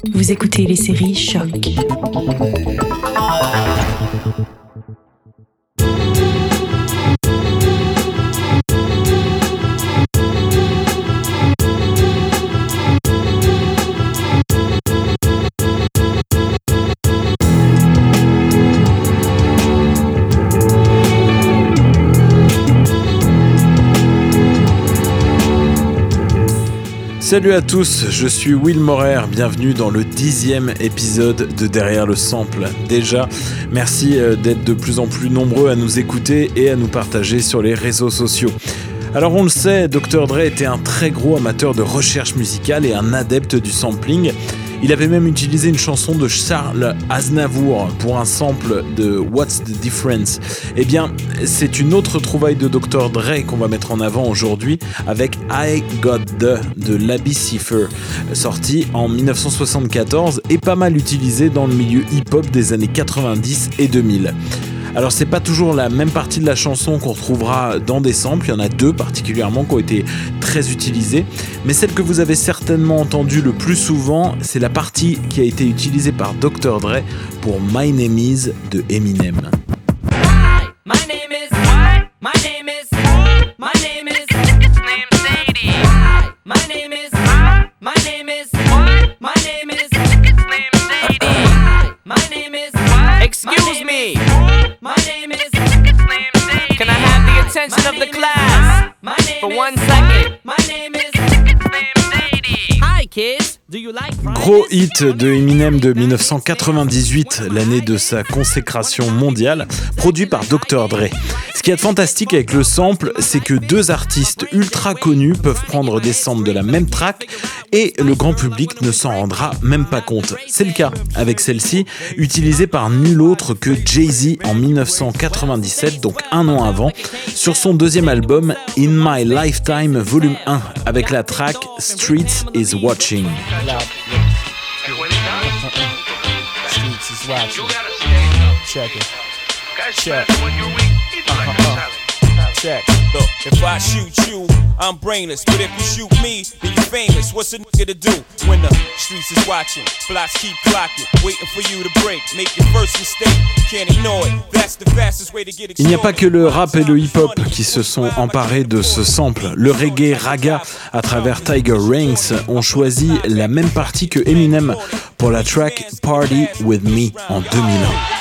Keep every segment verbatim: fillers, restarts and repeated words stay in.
Vous écoutez les séries Choc. Salut à tous, je suis Will Morer, bienvenue dans le dixième épisode de Derrière le Sample. Déjà, merci d'être de plus en plus nombreux à nous écouter et à nous partager sur les réseaux sociaux. Alors on le sait, docteur Dre était un très gros amateur de recherche musicale et un adepte du sampling. Il avait même utilisé une chanson de Charles Aznavour pour un sample de What's the Difference. Eh bien, c'est une autre trouvaille de docteur Dre qu'on va mettre en avant aujourd'hui avec I Got The de Labi Siffre, sorti en dix-neuf cent soixante-quatorze et pas mal utilisé dans le milieu hip-hop des années quatre-vingt-dix et deux mille. Alors c'est pas toujours la même partie de la chanson qu'on retrouvera dans des samples, il y en a deux particulièrement qui ont été très utilisées, mais celle que vous avez certainement entendue le plus souvent, c'est la partie qui a été utilisée par docteur Dre pour My Name Is de Eminem. Hi, my name is what? My name is My name is His name's Sadie. Hi, my name is My name is what? My name is His name's Sadie. Hi, my name is what? Excuse me. My name is His name's Sadie. Can I have the attention of the class for one second? My name is His name's Sadie. Hi kids. Gros hit de Eminem de dix-neuf cent quatre-vingt-dix-huit, l'année de sa consécration mondiale, produit par docteur Dre. Ce qui est fantastique avec le sample, c'est que deux artistes ultra connus peuvent prendre des samples de la même track et le grand public ne s'en rendra même pas compte. C'est le cas avec celle-ci, utilisée par nul autre que Jay-Z en dix-neuf cent quatre-vingt-dix-sept, donc un an avant, sur son deuxième album In My Lifetime Volume un, avec la track Streets Is Watching. Streets is watching. Check it. Check. Uh-huh. Check. Look, if I shoot you, I'm brainless. But if you shoot me, then you famous. What's a nigga to do when the streets is watching? Blocks keep clocking, waiting for you to break. Make your first mistake, can't ignore it. That's the fastest way to get it. Il n'y a pas que le rap et le hip-hop qui se sont emparés de ce sample. Le reggae raga à travers Tiger Ranks ont choisi la même partie que Eminem pour la track Party With Me en deux mille un.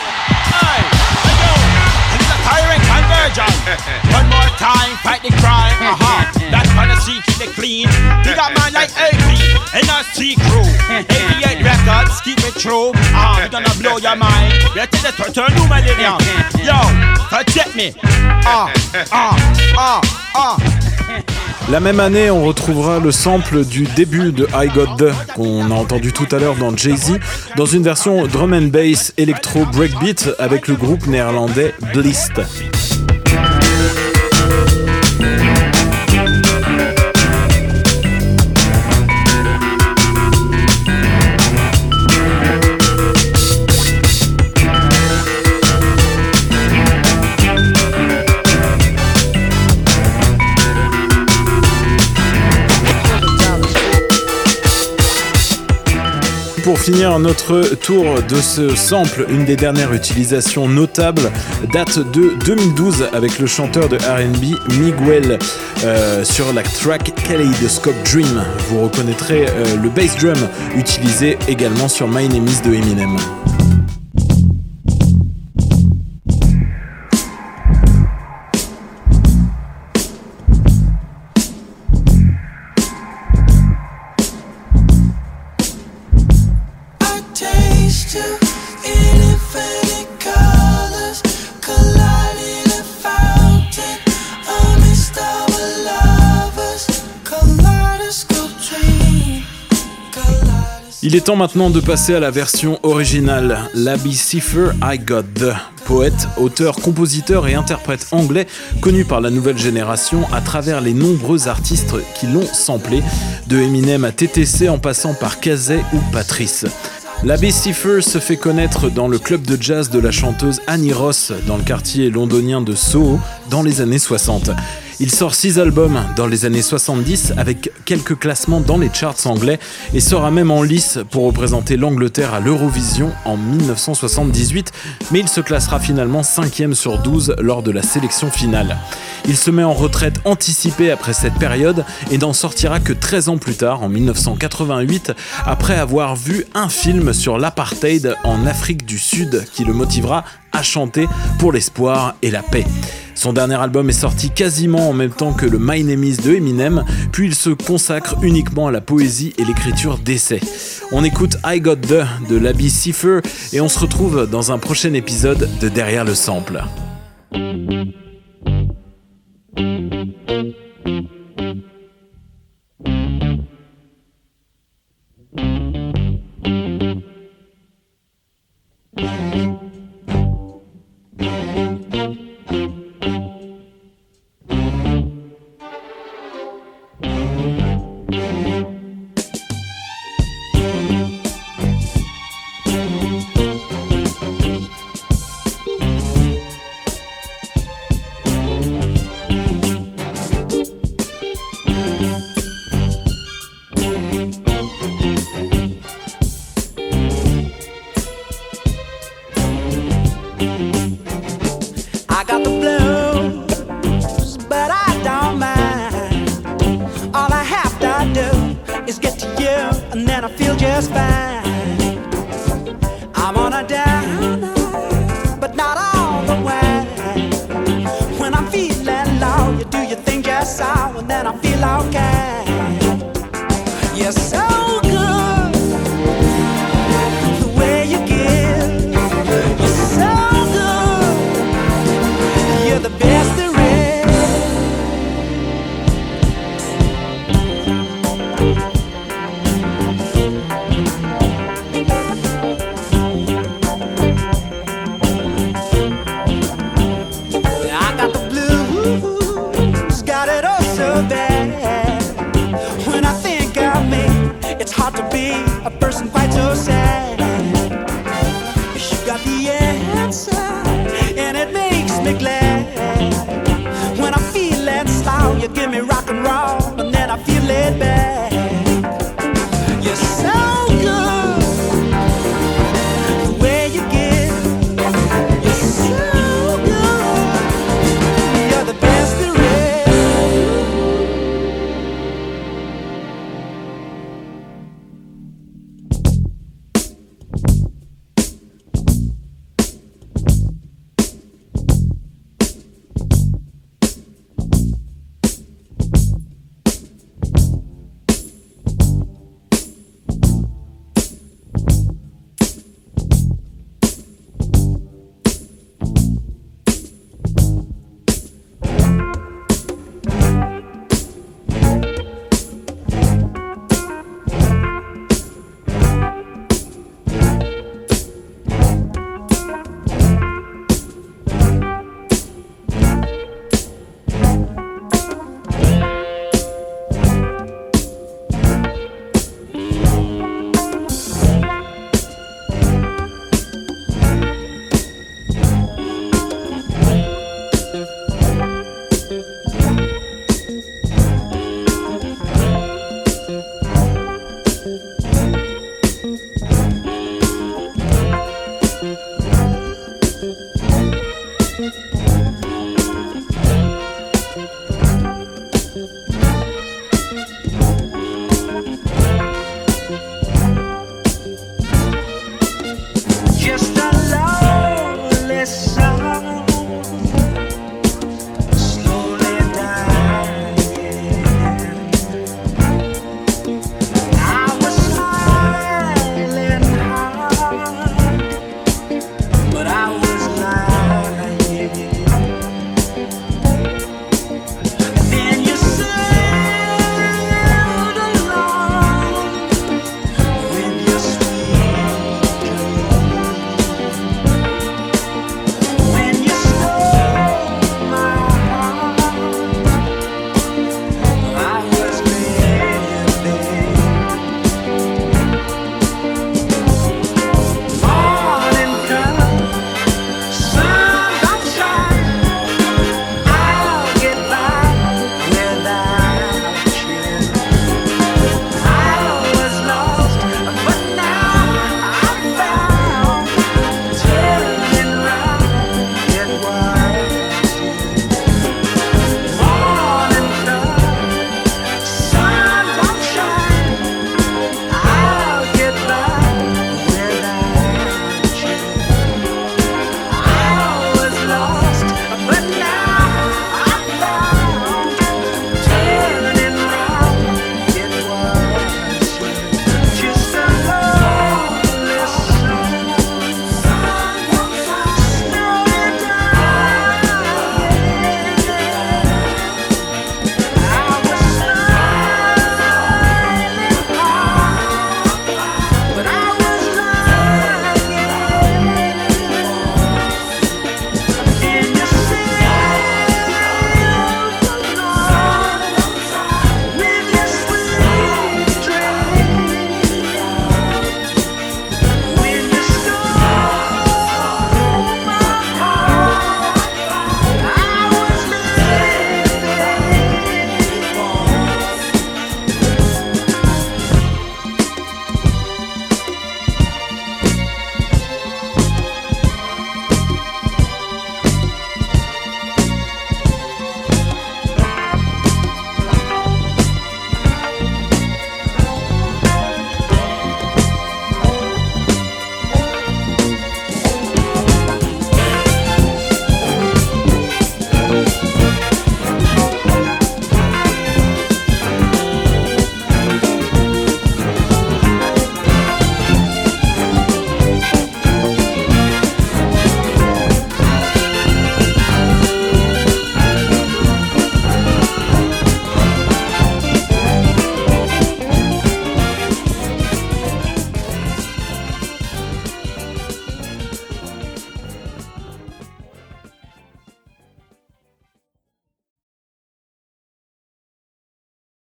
One more time, fight the crime, uh-huh. That kind of see keep it clean. We got man like A P and our C crew. eighty-eight records, keep it true. Ah, uh, we gonna blow your mind. We're to the turn new millennium. Yo, forget me. Ah, ah, ah, ah. La même année, on retrouvera le sample du début de I Got The qu'on a entendu tout à l'heure dans Jay-Z dans une version drum and bass électro breakbeat avec le groupe néerlandais Blist. Pour finir notre tour de ce sample, une des dernières utilisations notables date de deux mille douze avec le chanteur de R and B Miguel euh, sur la track Kaleidoscope Dream. Vous reconnaîtrez euh, le bass drum utilisé également sur My Name Is de Eminem. Il est temps maintenant de passer à la version originale. Labi Siffre, I Got The. Poète, auteur, compositeur et interprète anglais connu par la nouvelle génération à travers les nombreux artistes qui l'ont samplé, de Eminem à T T C en passant par Kazay ou Patrice. Labi Siffre se fait connaître dans le club de jazz de la chanteuse Annie Ross dans le quartier londonien de Soho dans les années soixante. Il sort six albums dans les années soixante-dix avec quelques classements dans les charts anglais et sera même en lice pour représenter l'Angleterre à l'Eurovision en dix-neuf cent soixante-dix-huit, mais il se classera finalement cinquième sur douze lors de la sélection finale. Il se met en retraite anticipée après cette période et n'en sortira que treize ans plus tard, en dix-neuf cent quatre-vingt-huit, après avoir vu un film sur l'apartheid en Afrique du Sud qui le motivera à chanter pour l'espoir et la paix. Son dernier album est sorti quasiment en même temps que le My Name Is de Eminem, puis il se consacre uniquement à la poésie et l'écriture d'essais. On écoute I Got The de Labi Siffre et on se retrouve dans un prochain épisode de Derrière le Sample. When I think of me, it's hard to be a person quite so sad.